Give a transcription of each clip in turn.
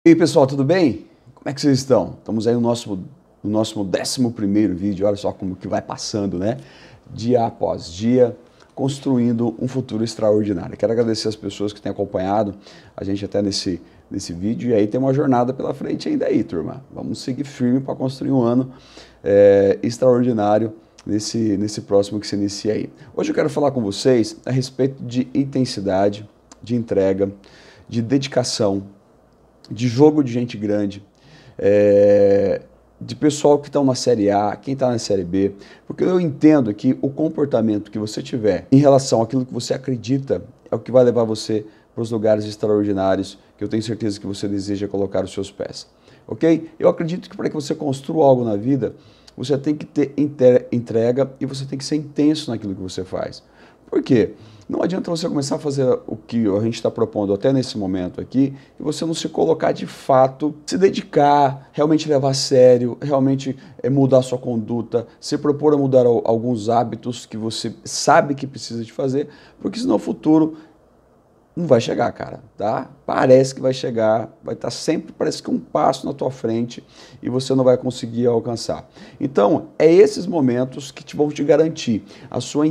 E aí pessoal, tudo bem? Como é que vocês estão? Estamos aí no nosso 11º vídeo, olha só como que vai passando, né? Dia após dia, construindo um futuro extraordinário. Quero agradecer as pessoas que têm acompanhado a gente até nesse vídeo, e aí tem uma jornada pela frente ainda aí, turma. Vamos seguir firme para construir um ano extraordinário nesse próximo que se inicia aí. Hoje eu quero falar com vocês a respeito de intensidade, de entrega, de dedicação, de jogo de gente grande, de pessoal que estão na Série A, quem está na Série B, porque eu entendo que o comportamento que você tiver em relação àquilo que você acredita é o que vai levar você para os lugares extraordinários que eu tenho certeza que você deseja colocar os seus pés, ok? Eu acredito que para que você construa algo na vida, você tem que ter entrega e você tem que ser intenso naquilo que você faz. Por quê? Não adianta você começar a fazer o que a gente está propondo até nesse momento aqui e você não se colocar de fato, se dedicar, realmente levar a sério, realmente mudar a sua conduta, se propor a mudar alguns hábitos que você sabe que precisa de fazer, porque senão o futuro não vai chegar, cara, tá? Parece que vai chegar, vai estar sempre, parece que um passo na tua frente e você não vai conseguir alcançar. Então, é esses momentos que vão te garantir a sua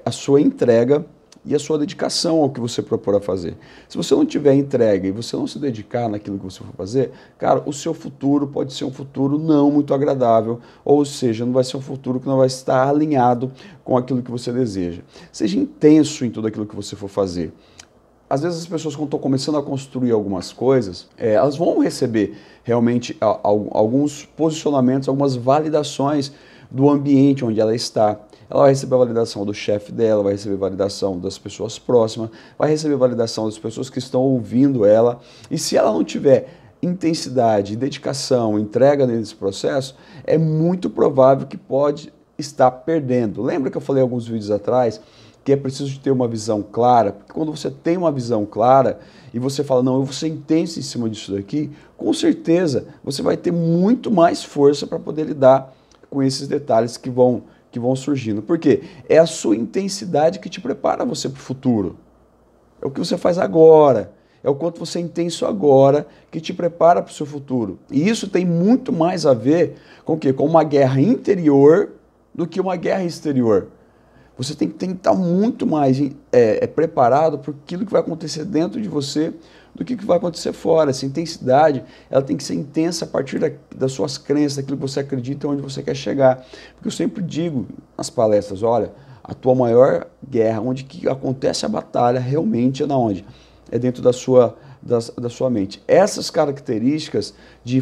entrega e a sua dedicação ao que você propor a fazer. Se você não tiver entrega e você não se dedicar naquilo que você for fazer, cara, o seu futuro pode ser um futuro não muito agradável, ou seja, não vai ser um futuro que não vai estar alinhado com aquilo que você deseja. Seja intenso em tudo aquilo que você for fazer. Às vezes as pessoas, quando estão começando a construir algumas coisas, elas vão receber realmente alguns posicionamentos, algumas validações do ambiente onde ela está. Ela vai receber a validação do chefe dela, vai receber validação das pessoas próximas, vai receber validação das pessoas que estão ouvindo ela. E se ela não tiver intensidade, dedicação, entrega nesse processo, é muito provável que pode estar perdendo. Lembra que eu falei alguns vídeos atrás que é preciso ter uma visão clara? Porque quando você tem uma visão clara e você fala, não, eu vou ser intenso em cima disso daqui, com certeza você vai ter muito mais força para poder lidar com esses detalhes que vão surgindo. Por quê? É a sua intensidade que te prepara você para o futuro. É o que você faz agora. É o quanto você é intenso agora que te prepara para o seu futuro. E isso tem muito mais a ver com o quê? Com uma guerra interior do que uma guerra exterior. Você tem que estar muito mais preparado para aquilo que vai acontecer dentro de você do que vai acontecer fora. Essa intensidade, ela tem que ser intensa a partir das suas crenças, daquilo que você acredita e onde você quer chegar. Porque eu sempre digo nas palestras, olha, a tua maior guerra, onde que acontece a batalha, realmente é na onde? É dentro da sua mente. Essas características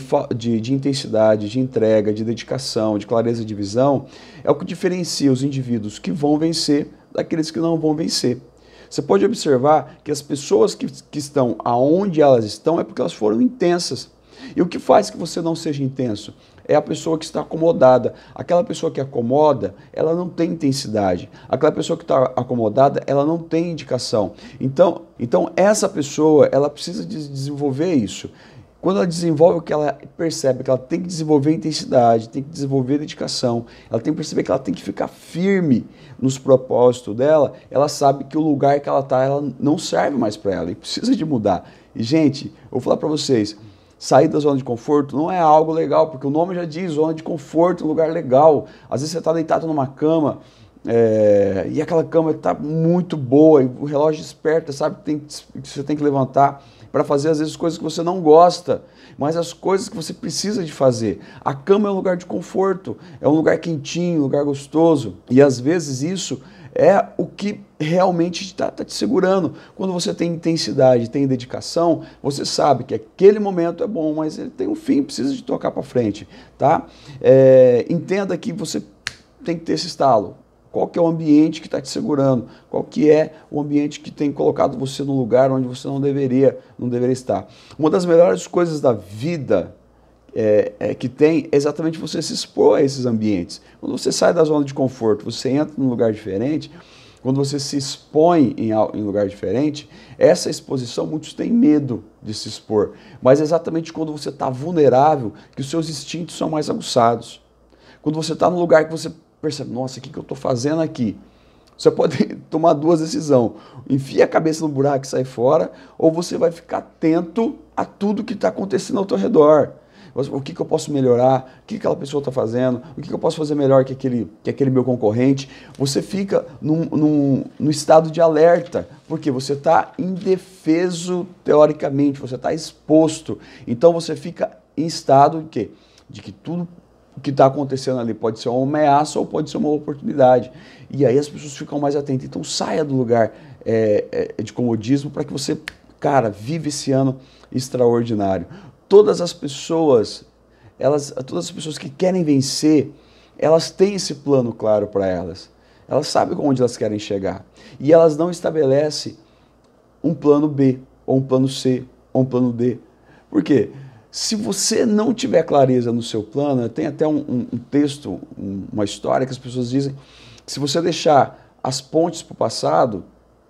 de intensidade, de entrega, de dedicação, de clareza de visão, é o que diferencia os indivíduos que vão vencer daqueles que não vão vencer. Você pode observar que as pessoas que estão aonde elas estão é porque elas foram intensas. E o que faz que você não seja intenso? É a pessoa que está acomodada. Aquela pessoa que acomoda, ela não tem intensidade. Aquela pessoa que está acomodada, ela não tem indicação. Então essa pessoa, ela precisa desenvolver isso. Quando ela desenvolve o que ela percebe, que ela tem que desenvolver intensidade, tem que desenvolver dedicação, ela tem que perceber que ela tem que ficar firme nos propósitos dela, ela sabe que o lugar que ela está, ela não serve mais para ela e precisa de mudar. E, gente, eu vou falar para vocês, sair da zona de conforto não é algo legal, porque o nome já diz, zona de conforto, um lugar legal. Às vezes você está deitado numa cama e aquela cama está muito boa, e o relógio desperta, sabe que você tem que levantar para fazer às vezes coisas que você não gosta, mas as coisas que você precisa de fazer. A cama é um lugar de conforto, é um lugar quentinho, um lugar gostoso, e às vezes isso é o que realmente está te segurando. Quando você tem intensidade, tem dedicação, você sabe que aquele momento é bom, mas ele tem um fim, precisa de tocar para frente, tá? Entenda que você tem que ter esse estalo. Qual que é o ambiente que está te segurando? Qual que é o ambiente que tem colocado você num lugar onde você não deveria estar? Uma das melhores coisas da vida que tem é exatamente você se expor a esses ambientes. Quando você sai da zona de conforto, você entra num lugar diferente, quando você se expõe em lugar diferente, essa exposição, muitos têm medo de se expor, mas é exatamente quando você está vulnerável que os seus instintos são mais aguçados. Quando você está num lugar que você percebe, nossa, o que eu estou fazendo aqui? Você pode tomar duas decisões. Enfia a cabeça no buraco e sai fora, ou você vai ficar atento a tudo que está acontecendo ao teu redor. O que eu posso melhorar? O que aquela pessoa está fazendo? O que eu posso fazer melhor que aquele meu concorrente? Você fica no estado de alerta, porque você está indefeso teoricamente, você está exposto. Então você fica em estado de que tudo o que está acontecendo ali pode ser uma ameaça ou pode ser uma oportunidade. E aí as pessoas ficam mais atentas. Então saia do lugar de comodismo para que você, cara, vive esse ano extraordinário. Todas as pessoas que querem vencer, elas têm esse plano claro para elas. Elas sabem onde elas querem chegar. E elas não estabelecem um plano B, ou um plano C, ou um plano D. Por quê? Se você não tiver clareza no seu plano, tem até um texto, uma história que as pessoas dizem, que se você deixar as pontes para o passado,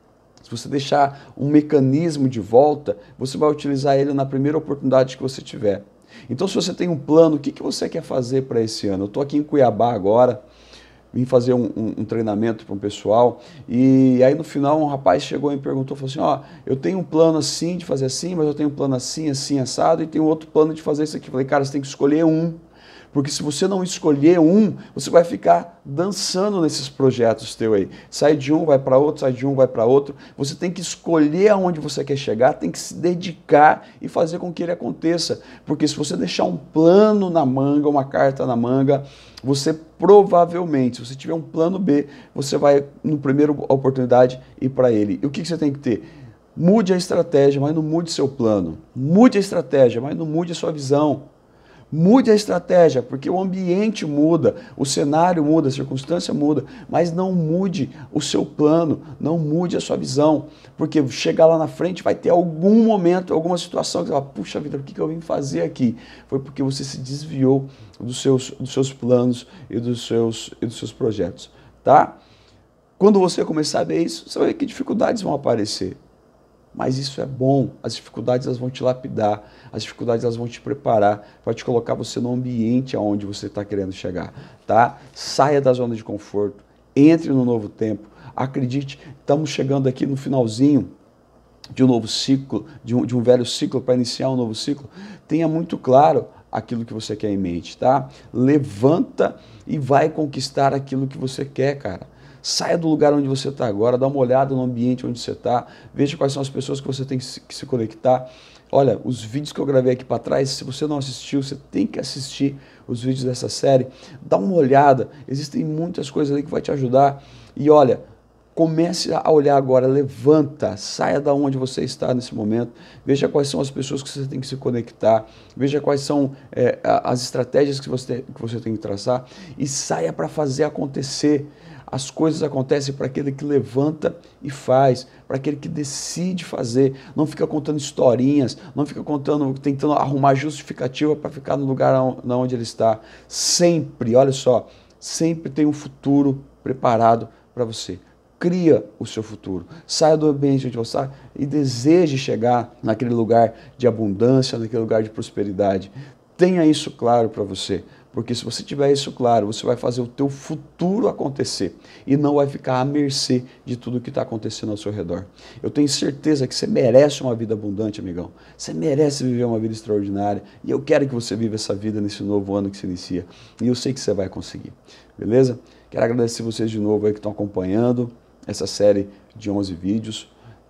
se você deixar um mecanismo de volta, você vai utilizar ele na primeira oportunidade que você tiver. Então, se você tem um plano, o que você quer fazer para esse ano? Eu estou aqui em Cuiabá agora, vim fazer um treinamento para um pessoal, e aí no final um rapaz chegou e me perguntou, falou assim, ó, eu tenho um plano assim, de fazer assim, mas eu tenho um plano assim, assim, assado, e tenho outro plano de fazer isso aqui. Eu falei, cara, você tem que escolher um. Porque se você não escolher um, você vai ficar dançando nesses projetos teu aí. Sai de um, vai para outro, sai de um, vai para outro. Você tem que escolher aonde você quer chegar, tem que se dedicar e fazer com que ele aconteça. Porque se você deixar um plano na manga, uma carta na manga, você provavelmente, se você tiver um plano B, você vai, no primeiro oportunidade, ir para ele. E o que você tem que ter? Mude a estratégia, mas não mude seu plano. Mude a estratégia, mas não mude a sua visão. Mude a estratégia, porque o ambiente muda, o cenário muda, a circunstância muda, mas não mude o seu plano, não mude a sua visão, porque chegar lá na frente vai ter algum momento, alguma situação que você fala, puxa vida, o que eu vim fazer aqui? Foi porque você se desviou dos seus planos e dos seus projetos, tá? Quando você começar a ver isso, você vai ver que dificuldades vão aparecer. Mas isso é bom, as dificuldades elas vão te lapidar, as dificuldades elas vão te preparar para te colocar você no ambiente aonde você está querendo chegar, tá? Saia da zona de conforto, entre no novo tempo, acredite, estamos chegando aqui no finalzinho de um novo ciclo, de um velho ciclo para iniciar um novo ciclo. Tenha muito claro aquilo que você quer em mente, tá? Levanta e vai conquistar aquilo que você quer, cara. Saia do lugar onde você está agora, dá uma olhada no ambiente onde você está, veja quais são as pessoas que você tem que se conectar. Olha, os vídeos que eu gravei aqui para trás, se você não assistiu, você tem que assistir os vídeos dessa série. Dá uma olhada, existem muitas coisas ali que vai te ajudar. E olha, comece a olhar agora, levanta, saia da onde você está nesse momento, veja quais são as pessoas que você tem que se conectar, veja quais são as estratégias que você tem que traçar e saia para fazer acontecer. As coisas acontecem para aquele que levanta e faz, para aquele que decide fazer. Não fica contando historinhas, não fica tentando arrumar justificativa para ficar no lugar onde ele está. Sempre, olha só, sempre tem um futuro preparado para você. Cria o seu futuro. Saia do ambiente onde você está e deseje chegar naquele lugar de abundância, naquele lugar de prosperidade. Tenha isso claro para você. Porque se você tiver isso claro, você vai fazer o teu futuro acontecer e não vai ficar à mercê de tudo que está acontecendo ao seu redor. Eu tenho certeza que você merece uma vida abundante, amigão. Você merece viver uma vida extraordinária e eu quero que você viva essa vida nesse novo ano que se inicia. E eu sei que você vai conseguir, beleza? Quero agradecer vocês de novo aí que estão acompanhando essa série de 11 vídeos.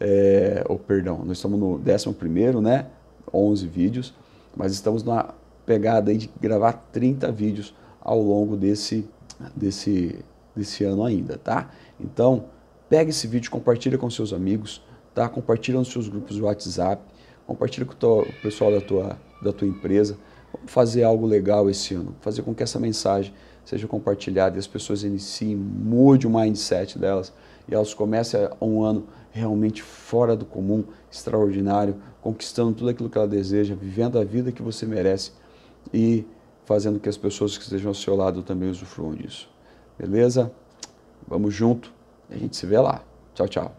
Nós estamos no 11º, né? 11 vídeos, mas estamos na pegada aí de gravar 30 vídeos ao longo desse ano ainda, tá? Então, pega esse vídeo, compartilha com seus amigos, tá? Compartilha nos seus grupos de WhatsApp, compartilha com o pessoal da tua empresa. Vamos fazer algo legal esse ano, fazer com que essa mensagem seja compartilhada e as pessoas iniciem, mude o mindset delas e elas comecem um ano realmente fora do comum, extraordinário, conquistando tudo aquilo que ela deseja, vivendo a vida que você merece e fazendo que as pessoas que estejam ao seu lado também usufruam disso. Beleza? Vamos junto. A gente se vê lá. Tchau, tchau.